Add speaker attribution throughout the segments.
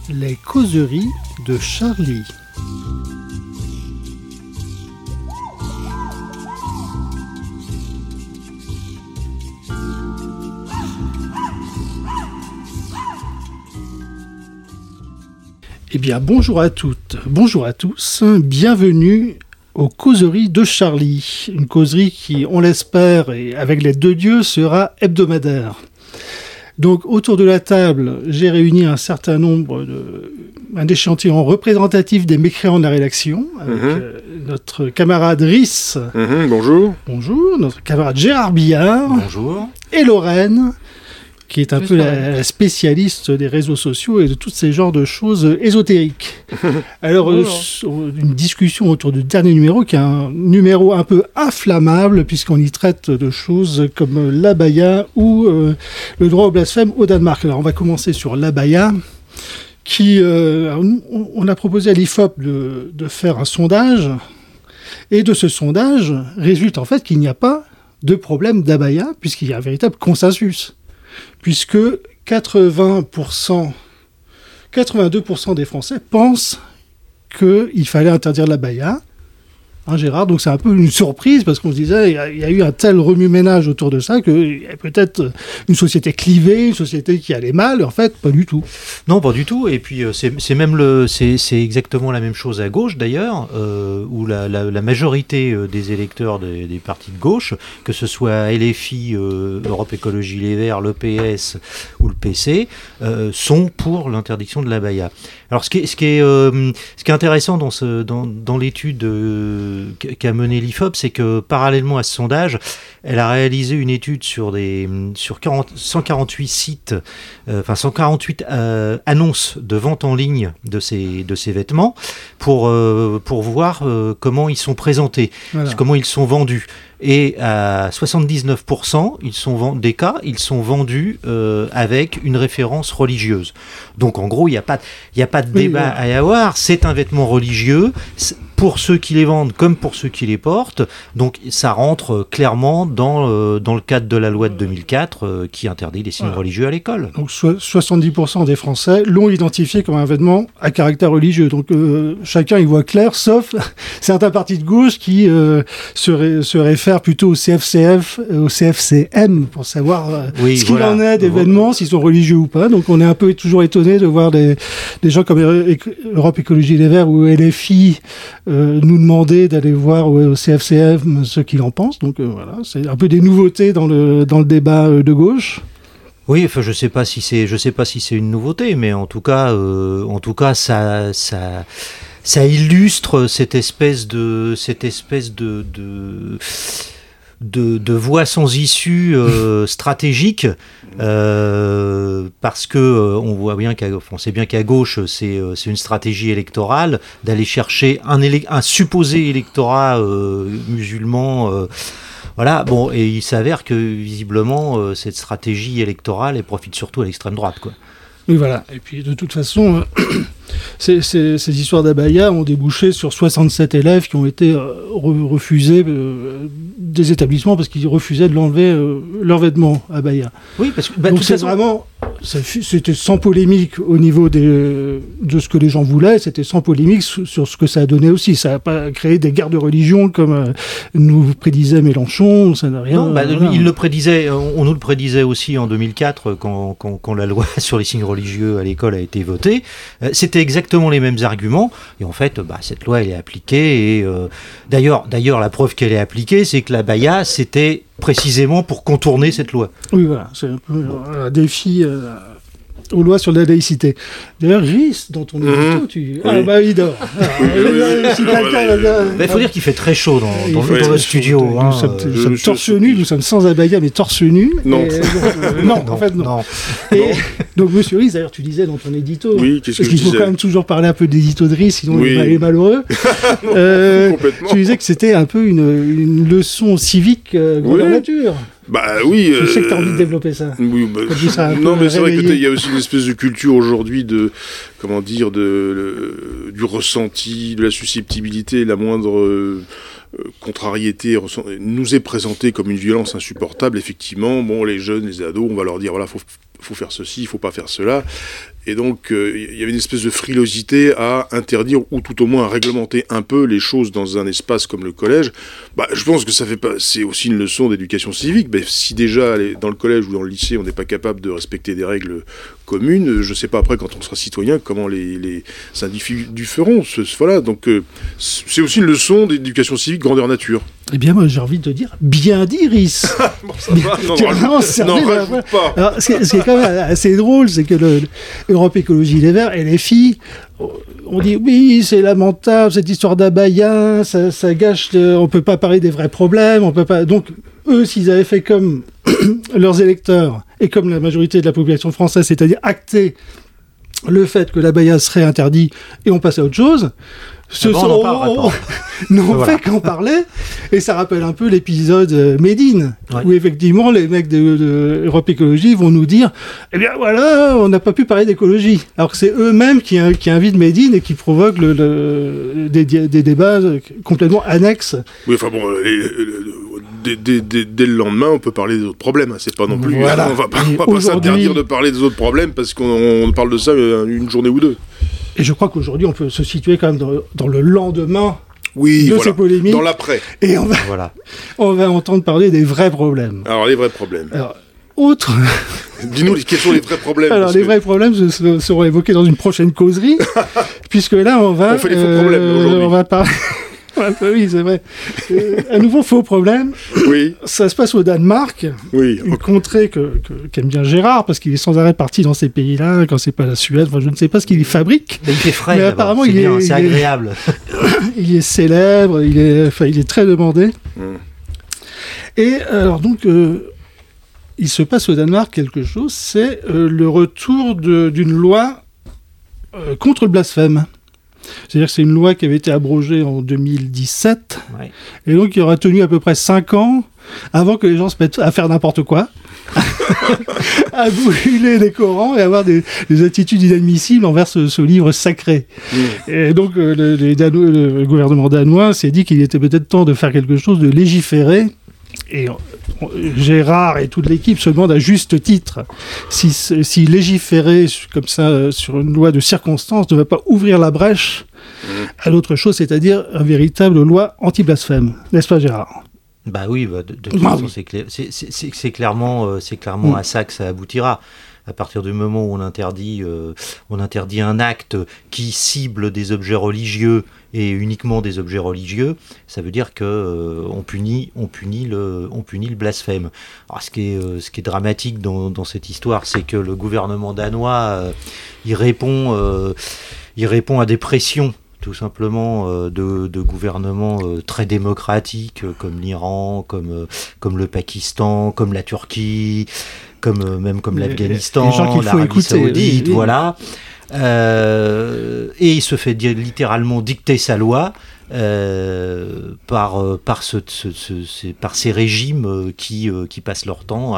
Speaker 1: Les causeries de Charlie. Eh bien, bonjour à toutes, bonjour à tous, bienvenue aux causeries de Charlie. Une causerie qui, on l'espère, et avec l'aide de Dieu, sera hebdomadaire. Donc, autour de la table, j'ai réuni un certain nombre un échantillon représentatif des mécréants de la rédaction, avec notre camarade Rhys.
Speaker 2: Bonjour.
Speaker 1: Bonjour. Notre camarade Gérard Billard.
Speaker 3: Bonjour.
Speaker 1: Et Lorraine, qui est un peu la spécialiste des réseaux sociaux et de tous ces genres de choses ésotériques. Alors, une discussion autour du dernier numéro, qui est un numéro un peu inflammable, puisqu'on y traite de choses comme l'abaya ou le droit au blasphème au Danemark. Alors, on va commencer sur l'abaya, qui... on a proposé à l'IFOP de faire un sondage, et de ce sondage résulte en fait qu'il n'y a pas de problème d'abaya, puisqu'il y a un véritable consensus. Puisque 82% des Français pensent qu'il fallait interdire l'abaya. Hein, Gérard, donc c'est un peu une surprise, parce qu'on se disait il y a eu un tel remue-ménage autour de ça qu'il y a peut-être une société clivée, une société qui allait mal. En fait, pas du tout.
Speaker 3: Non, pas du tout. Et puis c'est exactement la même chose à gauche d'ailleurs, où la majorité des électeurs des partis de gauche, que ce soit LFI, Europe Écologie Les Verts, le PS ou le PC, sont pour l'interdiction de l'abaya. Alors ce qui est intéressant dans l'étude qu'a menée l'IFOP, c'est que parallèlement à ce sondage, elle a réalisé une étude sur 148 sites, 148 annonces de vente en ligne de ces vêtements pour voir comment ils sont présentés, comment ils sont vendus. Et à 79% des cas, ils sont vendus avec une référence religieuse. Donc en gros, il n'y a pas de débat à y avoir. C'est un vêtement religieux pour ceux qui les vendent comme pour ceux qui les portent. Donc ça rentre clairement dans le cadre de la loi de 2004 qui interdit les signes religieux à l'école.
Speaker 1: Donc 70% des Français l'ont identifié comme un vêtement à caractère religieux. Donc chacun y voit clair, sauf certains partis de gauche qui se réfèrent plutôt au CFCF, au CFCM, pour savoir ce qu'il en est d'événements, s'ils sont religieux ou pas. Donc on est un peu toujours étonné de voir des gens comme Europe Écologie Les Verts ou LFI nous demander d'aller voir au CFCM ce qu'ils en pensent. Donc voilà, c'est un peu des nouveautés dans le débat de gauche.
Speaker 3: Oui, enfin, je sais pas si c'est une nouveauté, mais en tout cas, ça illustre cette espèce de voie sans issue stratégique, parce que on sait bien qu'à gauche c'est une stratégie électorale d'aller chercher un supposé électorat musulman. Voilà, bon, et il s'avère que visiblement cette stratégie électorale elle profite surtout à l'extrême droite, quoi.
Speaker 1: Oui, voilà. Et puis de toute façon, ces histoires d'abaya ont débouché sur 67 élèves qui ont été refusés des établissements parce qu'ils refusaient de l'enlever leurs vêtements abaya.
Speaker 3: Oui, parce que
Speaker 1: donc c'était sans polémique au niveau de ce que les gens voulaient, c'était sans polémique sur ce que ça a donné aussi. Ça n'a pas créé des guerres de religion comme nous prédisait Mélenchon, ça n'a rien...
Speaker 3: Non, il le prédisait, on nous le prédisait aussi en 2004 quand la loi sur les signes religieux à l'école a été votée. C'était exactement les mêmes arguments, et en fait, cette loi, elle est appliquée, et d'ailleurs, la preuve qu'elle est appliquée, c'est que l'abaya, c'était précisément pour contourner cette loi.
Speaker 1: Oui, voilà, c'est un peu un défi aux lois sur la laïcité. D'ailleurs, Rhys, dans ton édito, tu... Ah, bah, il dort.
Speaker 3: Il faut dire qu'il fait très chaud dans le studio.
Speaker 1: Nous sommes torse nu, nous sommes sans abaya, mais torse nu.
Speaker 2: Non.
Speaker 1: Non, en fait, non. Et donc, monsieur Rhys, d'ailleurs, tu disais dans ton édito...
Speaker 2: Oui, qu'est-ce que je disais ?
Speaker 1: Parce qu'il faut quand même toujours parler un peu d'édito de Rhys, sinon il est malheureux. Tu disais que c'était un peu une leçon civique grandeur nature.
Speaker 2: Bah oui.
Speaker 1: Je sais que tu as envie de développer ça.
Speaker 2: Oui, non, mais c'est vrai qu'il y a aussi une espèce de culture aujourd'hui du ressenti, de la susceptibilité, la moindre contrariété nous est présentée comme une violence insupportable. Effectivement, bon, les jeunes, les ados, on va leur dire voilà, faut faut faire ceci, il faut pas faire cela. Et donc, il y avait une espèce de frilosité à interdire ou tout au moins à réglementer un peu les choses dans un espace comme le collège. Je pense que c'est aussi une leçon d'éducation civique. Si déjà, dans le collège ou dans le lycée, on n'est pas capable de respecter des règles communes, je ne sais pas après, quand on sera citoyen, comment les individus feront. Voilà, donc c'est aussi une leçon d'éducation civique grandeur nature.
Speaker 1: Eh bien, moi, j'ai envie de te dire, bien dit, Rhys.
Speaker 2: Bon, ça va, rajoute pas.
Speaker 1: Alors, ce qui est quand même assez drôle, c'est que Europe Écologie Les Verts et les filles, on dit oui, c'est lamentable cette histoire d'abaya, ça gâche, on peut pas parler des vrais problèmes, on peut pas. Donc eux, s'ils avaient fait comme leurs électeurs et comme la majorité de la population française, c'est-à-dire acter le fait que l'abaya serait interdit et on passe à autre chose.
Speaker 3: Voilà.
Speaker 1: Fait qu'en parler, et ça rappelle un peu l'épisode Made in, où effectivement les mecs de Europe Écologie vont nous dire eh bien voilà, on n'a pas pu parler d'écologie, alors que c'est eux-mêmes qui invitent Made in et qui provoquent des débats complètement annexes.
Speaker 2: Oui, enfin bon, dès le lendemain, on peut parler des autres problèmes. C'est pas non plus.
Speaker 1: Voilà.
Speaker 2: On va pas s'interdire de parler des autres problèmes parce qu'on parle de ça une journée ou deux.
Speaker 1: Et je crois qu'aujourd'hui, on peut se situer quand même dans le lendemain
Speaker 2: de
Speaker 1: ces polémiques.
Speaker 2: Dans l'après.
Speaker 1: Et on va entendre parler des vrais problèmes.
Speaker 2: Alors, les vrais problèmes.
Speaker 1: Alors,
Speaker 2: dis-nous, quels sont les vrais problèmes?
Speaker 1: Alors, les vrais problèmes seront évoqués dans une prochaine causerie, puisque là, on
Speaker 2: fait les faux problèmes aujourd'hui.
Speaker 1: On va parler... Oui, c'est vrai. Un nouveau faux problème.
Speaker 2: Oui.
Speaker 1: Ça se passe au Danemark.
Speaker 2: Oui.
Speaker 1: Une contrée qu'aime bien Gérard, parce qu'il est sans arrêt parti dans ces pays-là, quand c'est pas la Suède. Enfin, je ne sais pas ce qu'il y fabrique.
Speaker 3: Mais il fait frais.
Speaker 1: Mais apparemment,
Speaker 3: c'est agréable.
Speaker 1: Il est célèbre, il est très demandé. Et alors donc, il se passe au Danemark quelque chose, c'est le retour d'une loi contre le blasphème. C'est-à-dire que c'est une loi qui avait été abrogée en 2017, et donc il aura tenu à peu près 5 ans avant que les gens se mettent à faire n'importe quoi, à brûler des Corans et avoir des attitudes inadmissibles envers ce livre sacré. Et donc le gouvernement danois s'est dit qu'il était peut-être temps de faire quelque chose, de légiférer. Et Gérard et toute l'équipe se demandent à juste titre si légiférer comme ça sur une loi de circonstance ne va pas ouvrir la brèche à l'autre chose, c'est-à-dire une véritable loi anti-blasphème. N'est-ce pas, Gérard ?
Speaker 3: Bah oui, de toute façon, c'est clairement à ça que ça aboutira. À partir du moment où on interdit un acte qui cible des objets religieux et uniquement des objets religieux, ça veut dire que on punit le blasphème. Alors ce qui est dramatique dans cette histoire, c'est que le gouvernement danois il répond à des pressions tout simplement de gouvernements très démocratiques comme l'Iran, comme le Pakistan, comme la Turquie, comme l'Afghanistan, l'Arabie Saoudite, voilà. Et il se fait littéralement dicter sa loi par ces régimes qui passent leur temps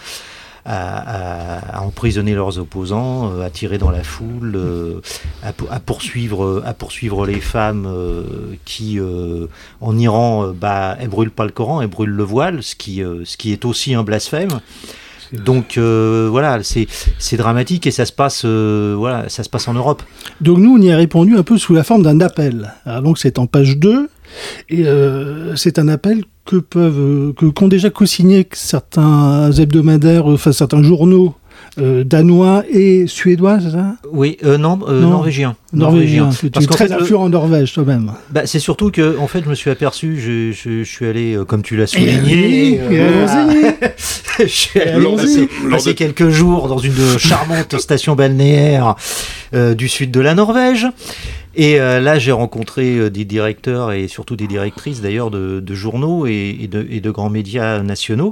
Speaker 3: à emprisonner leurs opposants, à tirer dans la foule, à poursuivre les femmes qui, en Iran, elles brûlent pas le Coran, elles brûlent le voile, ce qui est aussi un blasphème. Donc voilà, c'est dramatique et ça se passe en Europe.
Speaker 1: Donc nous, on y a répondu un peu sous la forme d'un appel. Alors donc c'est en page 2 et c'est un appel qu'ont déjà co-signé certains hebdomadaires, enfin certains journaux danois et suédois, c'est ça ?
Speaker 3: Oui, norvégien.
Speaker 1: Tu es très influent en Norvège, toi-même.
Speaker 3: Bah, c'est surtout que, en fait, je me suis aperçu, je suis allé, comme tu l'as souligné, je suis allé passer quelques jours dans une charmante station balnéaire du sud de la Norvège. Et là, j'ai rencontré des directeurs et surtout des directrices d'ailleurs de journaux et de grands médias nationaux.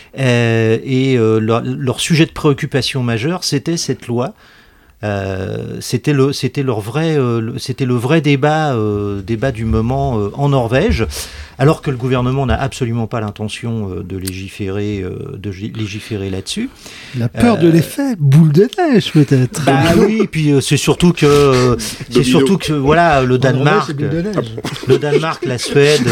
Speaker 3: Leur sujet de préoccupation majeure, c'était cette loi. C'était le vrai débat du moment en Norvège, alors que le gouvernement n'a absolument pas l'intention de légiférer là-dessus.
Speaker 1: La peur de l'effet boule de neige peut-être.
Speaker 3: Bah oui, et puis c'est surtout que voilà, le Danemark, la Suède.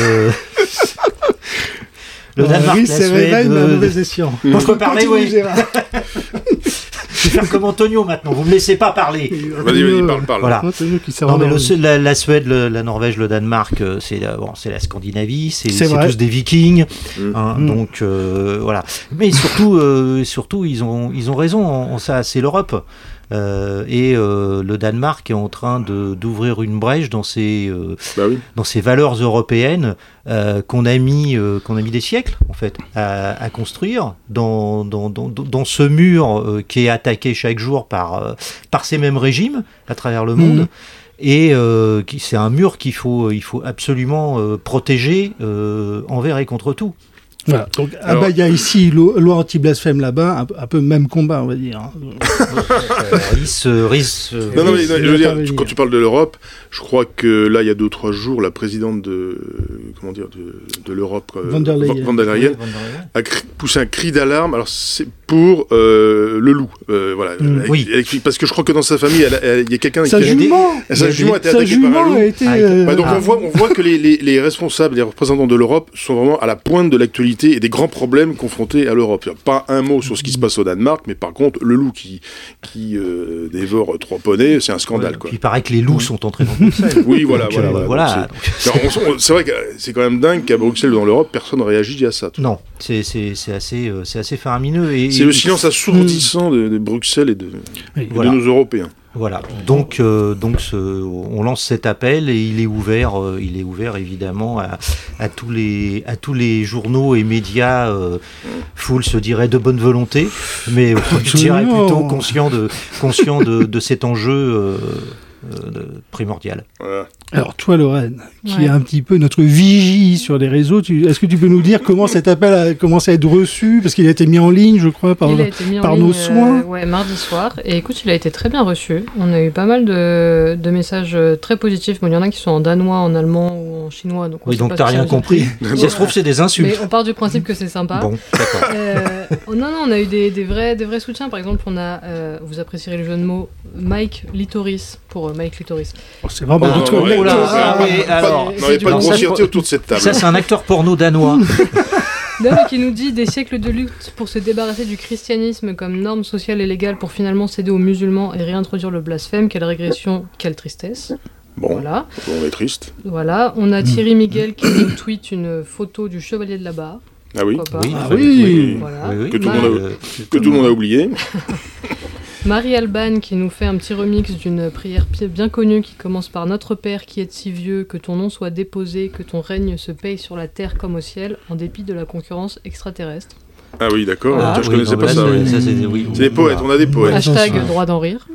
Speaker 3: Le Danemark, la Suède.
Speaker 1: Un mauvais escient.
Speaker 3: Moi, je peux parler, oui. vais faire comme Antonio maintenant, vous me laissez pas parler.
Speaker 2: Vas-y, parle.
Speaker 3: Voilà.
Speaker 1: Antonio qui
Speaker 3: Non, mais la Suède, la Norvège, le Danemark, c'est la Scandinavie, c'est tous des Vikings, donc voilà. Mais surtout, ils ont raison en ça, c'est l'Europe. Le Danemark est en train d'ouvrir une brèche dans ces valeurs européennes qu'on a mis des siècles en fait à construire dans ce mur qui est attaqué chaque jour par ces mêmes régimes à travers le monde. Et c'est un mur qu'il faut absolument protéger envers et contre tout.
Speaker 1: Voilà. Donc, il y a ici loi anti-blasphème là-bas, un peu même combat, on va dire.
Speaker 2: Non, mais je veux dire, quand tu parles de l'Europe, je crois que là, il y a 2 ou 3 jours, la présidente de l'Europe, von der Leyen, a poussé un cri d'alarme. Alors, c'est pour le loup. Voilà.
Speaker 3: Oui.
Speaker 2: Parce que je crois que dans sa famille, il y a quelqu'un
Speaker 1: qui a été attaqué par un loup.
Speaker 2: Donc, on voit que les responsables, les représentants de l'Europe sont vraiment à la pointe de l'actualité et des grands problèmes confrontés à l'Europe. Pas un mot sur ce qui se passe au Danemark, mais par contre, le loup qui dévore 3 poneys, c'est un scandale. Quoi.
Speaker 3: Il paraît que les loups sont entrés dans Bruxelles.
Speaker 2: Oui, voilà. C'est vrai que c'est quand même dingue qu'à Bruxelles, dans l'Europe, personne ne réagit à ça.
Speaker 3: Non, c'est assez faramineux.
Speaker 2: C'est le silence assourdissant de Bruxelles et de nos Européens.
Speaker 3: Voilà, donc on lance cet appel et il est ouvert évidemment à tous les journaux et médias, full se dirait de bonne volonté, mais je dirais plutôt conscient de cet enjeu primordial.
Speaker 2: Voilà.
Speaker 1: Alors toi Lorraine, qui est un petit peu notre vigie sur les réseaux, est-ce que tu peux nous dire comment cet appel a commencé à être reçu, parce qu'il a été mis en ligne, je crois, par nos soins.
Speaker 4: Mardi soir. Et écoute, il a été très bien reçu. On a eu pas mal de messages très positifs. Bon, il y en a qui sont en danois, en allemand ou en chinois. Donc
Speaker 3: t'as rien compris. Si ça se trouve, c'est des insultes.
Speaker 4: Mais on part du principe que c'est sympa.
Speaker 3: Bon, d'accord.
Speaker 4: Non, on a eu des vrais soutiens. Par exemple, on a, vous apprécierez le jeu de mots, Mike Litoris pour Mike Litoris.
Speaker 1: C'est vraiment
Speaker 2: pas de grossièreté autour de cette table.
Speaker 3: Ça, c'est un acteur porno danois.
Speaker 4: Non, mais qui nous dit des siècles de lutte pour se débarrasser du christianisme comme norme sociale et légale pour finalement céder aux musulmans et réintroduire le blasphème. Quelle régression, quelle tristesse.
Speaker 2: Bon,
Speaker 4: voilà.
Speaker 2: On est triste.
Speaker 4: Voilà, on a Thierry Miguel qui nous tweet une photo du chevalier de la barre.
Speaker 2: Ah oui.
Speaker 4: Voilà.
Speaker 2: Que tout le monde a oublié.
Speaker 4: Marie Alban qui nous fait un petit remix d'une prière bien connue qui commence par « Notre Père qui est si vieux, que ton nom soit déposé, que ton règne se paye sur la terre comme au ciel, en dépit de la concurrence extraterrestre ».
Speaker 2: Ah oui, d'accord. Je connaissais pas ça. C'est des poètes, on a des poètes.
Speaker 4: Hashtag droit d'en rire.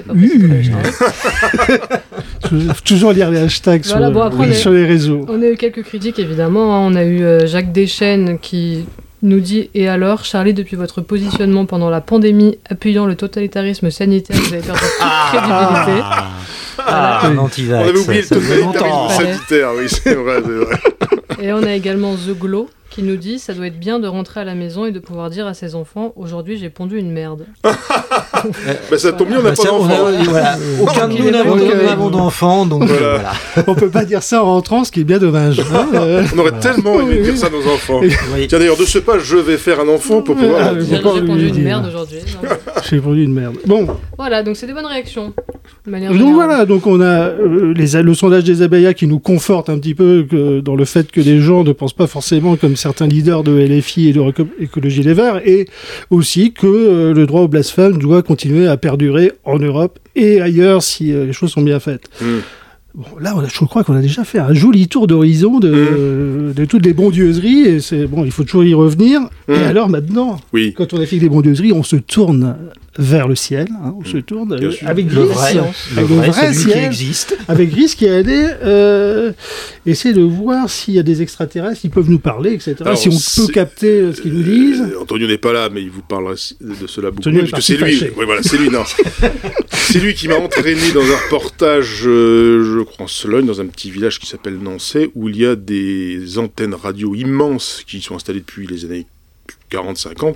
Speaker 1: Toujours lire les hashtags sur les réseaux.
Speaker 4: On a eu quelques critiques, évidemment. On a eu Jacques Deschênes qui nous dit « Et alors, Charlie, depuis votre positionnement pendant la pandémie, appuyant le totalitarisme sanitaire, vous avez perdu toute crédibilité. »
Speaker 2: On avait oublié le totalitarisme sanitaire, oui, c'est vrai.
Speaker 4: Et on a également The Glow qui nous dit « Ça doit être bien de rentrer à la maison et de pouvoir dire à ses enfants « Aujourd'hui, j'ai pondu une merde. »
Speaker 2: Ça tombe bien, on n'a pas d'enfants.
Speaker 3: Aucun de nous n'avons d'enfants, donc voilà.
Speaker 1: On peut pas dire ça en rentrant, ce qui est bien dommage.
Speaker 2: On aurait tellement aimé dire ça à nos enfants. Tiens, d'ailleurs, de ce pas, je vais faire un enfant pour pouvoir...
Speaker 4: J'ai pondu une merde aujourd'hui.
Speaker 1: J'ai pondu une merde. Bon.
Speaker 4: Voilà, donc c'est des bonnes réactions.
Speaker 1: Donc voilà, donc on a le sondage des Abaya qui nous conforte un petit peu dans le fait que les gens ne pensent pas forcément comme certains leaders de LFI et de Écologie Les Verts, et aussi que le droit au blasphème doit continuer à perdurer en Europe et ailleurs si les choses sont bien faites. Bon, là, je crois qu'on a déjà fait un joli tour d'horizon de toutes les bondieuseries, et il faut toujours y revenir. Et alors maintenant, quand on a fait des bondieuseries, on se tourne vers le ciel, on se tourne avec
Speaker 3: le vrai ciel qui existe.
Speaker 1: Avec Gris qui est allé essayer de voir s'il y a des extraterrestres qui peuvent nous parler, etc. Alors, si on peut capter ce qu'ils nous disent.
Speaker 2: Antonio n'est pas là, mais il vous parlera de cela beaucoup plus, parce que c'est lui. Oui, voilà, c'est lui, non. C'est lui qui m'a entraîné dans un reportage, je crois en Sologne, dans un petit village qui s'appelle Nançay, où il y a des antennes radio immenses qui sont installées depuis les années 40-50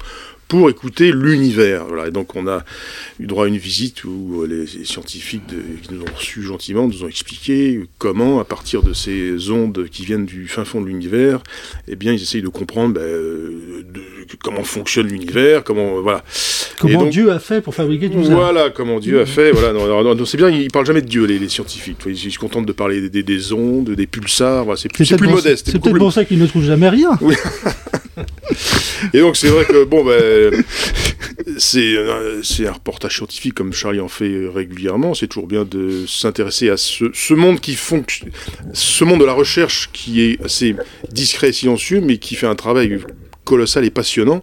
Speaker 2: pour écouter l'univers. Voilà. Et donc on a eu droit à une visite où les scientifiques qui nous ont reçus gentiment nous ont expliqué comment, à partir de ces ondes qui viennent du fin fond de l'univers, eh bien ils essayent de comprendre comment fonctionne l'univers, comment donc,
Speaker 1: Dieu a fait pour fabriquer tout ça.
Speaker 2: Voilà, comment Dieu a fait. Voilà. Non, c'est bien, ils ne parlent jamais de Dieu, les scientifiques. Ils se contentent de parler des ondes, des pulsars. Voilà, c'est plus modeste.
Speaker 1: C'est peut-être pour ça qu'ils ne trouvent jamais rien.
Speaker 2: Oui. Et donc c'est vrai que c'est un reportage scientifique comme Charlie en fait régulièrement. C'est toujours bien de s'intéresser à ce monde ce monde de la recherche qui est assez discret et silencieux, mais qui fait un travail colossal et passionnant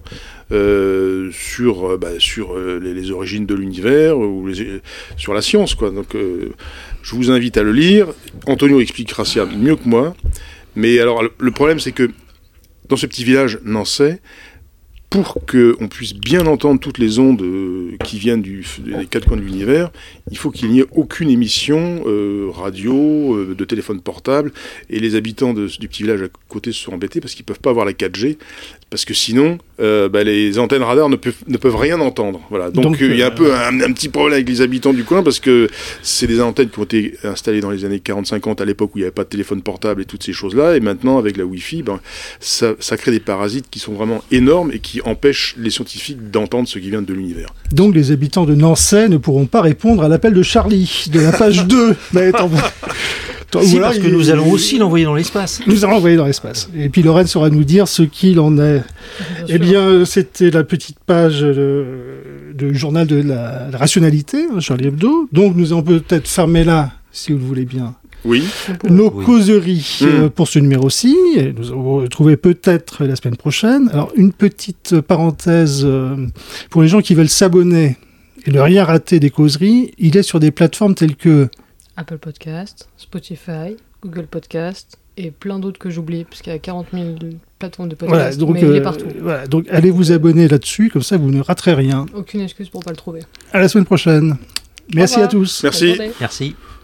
Speaker 2: sur les origines de l'univers ou sur la science, quoi. Donc je vous invite à le lire. Antonio expliquera ça mieux que moi. Mais alors le problème, c'est que dans ce petit village nantais, pour qu'on puisse bien entendre toutes les ondes qui viennent des quatre coins de l'univers, il faut qu'il n'y ait aucune émission radio, de téléphone portable, et les habitants du petit village à côté se sont embêtés parce qu'ils ne peuvent pas avoir la 4G, parce que sinon, les antennes radar ne peuvent rien entendre. Voilà. Donc il y a un peu un petit problème avec les habitants du coin, parce que c'est des antennes qui ont été installées dans les années 40-50, à l'époque où il n'y avait pas de téléphone portable et toutes ces choses-là, et maintenant, avec la Wi-Fi, ça crée des parasites qui sont vraiment énormes et qui empêchent les scientifiques d'entendre ce qui vient de l'univers.
Speaker 1: Donc les habitants de Nancy ne pourront pas répondre à l'appel de Charlie, de la page 2.
Speaker 3: Parce que nous allons aussi l'envoyer dans l'espace.
Speaker 1: Nous allons l'envoyer dans l'espace. Et puis Lorraine saura nous dire ce qu'il en est. Bien, c'était la petite page de journal de la rationalité, Charlie Hebdo. Donc nous allons peut-être fermer là, si vous le voulez bien.
Speaker 2: Oui.
Speaker 1: Nos causeries pour ce numéro-ci. Nous allons vous retrouver peut-être la semaine prochaine. Alors, une petite parenthèse pour les gens qui veulent s'abonner et ne rien rater des causeries. Il est sur des plateformes telles que
Speaker 4: Apple Podcast, Spotify, Google Podcast et plein d'autres que j'oublie, parce qu'il y a 40 000 plateformes de podcast, mais il est partout.
Speaker 1: Donc allez vous abonner là-dessus, comme ça vous ne raterez rien.
Speaker 4: Aucune excuse pour ne pas le trouver.
Speaker 1: À la semaine prochaine. Merci à tous.
Speaker 2: Merci.
Speaker 3: Merci.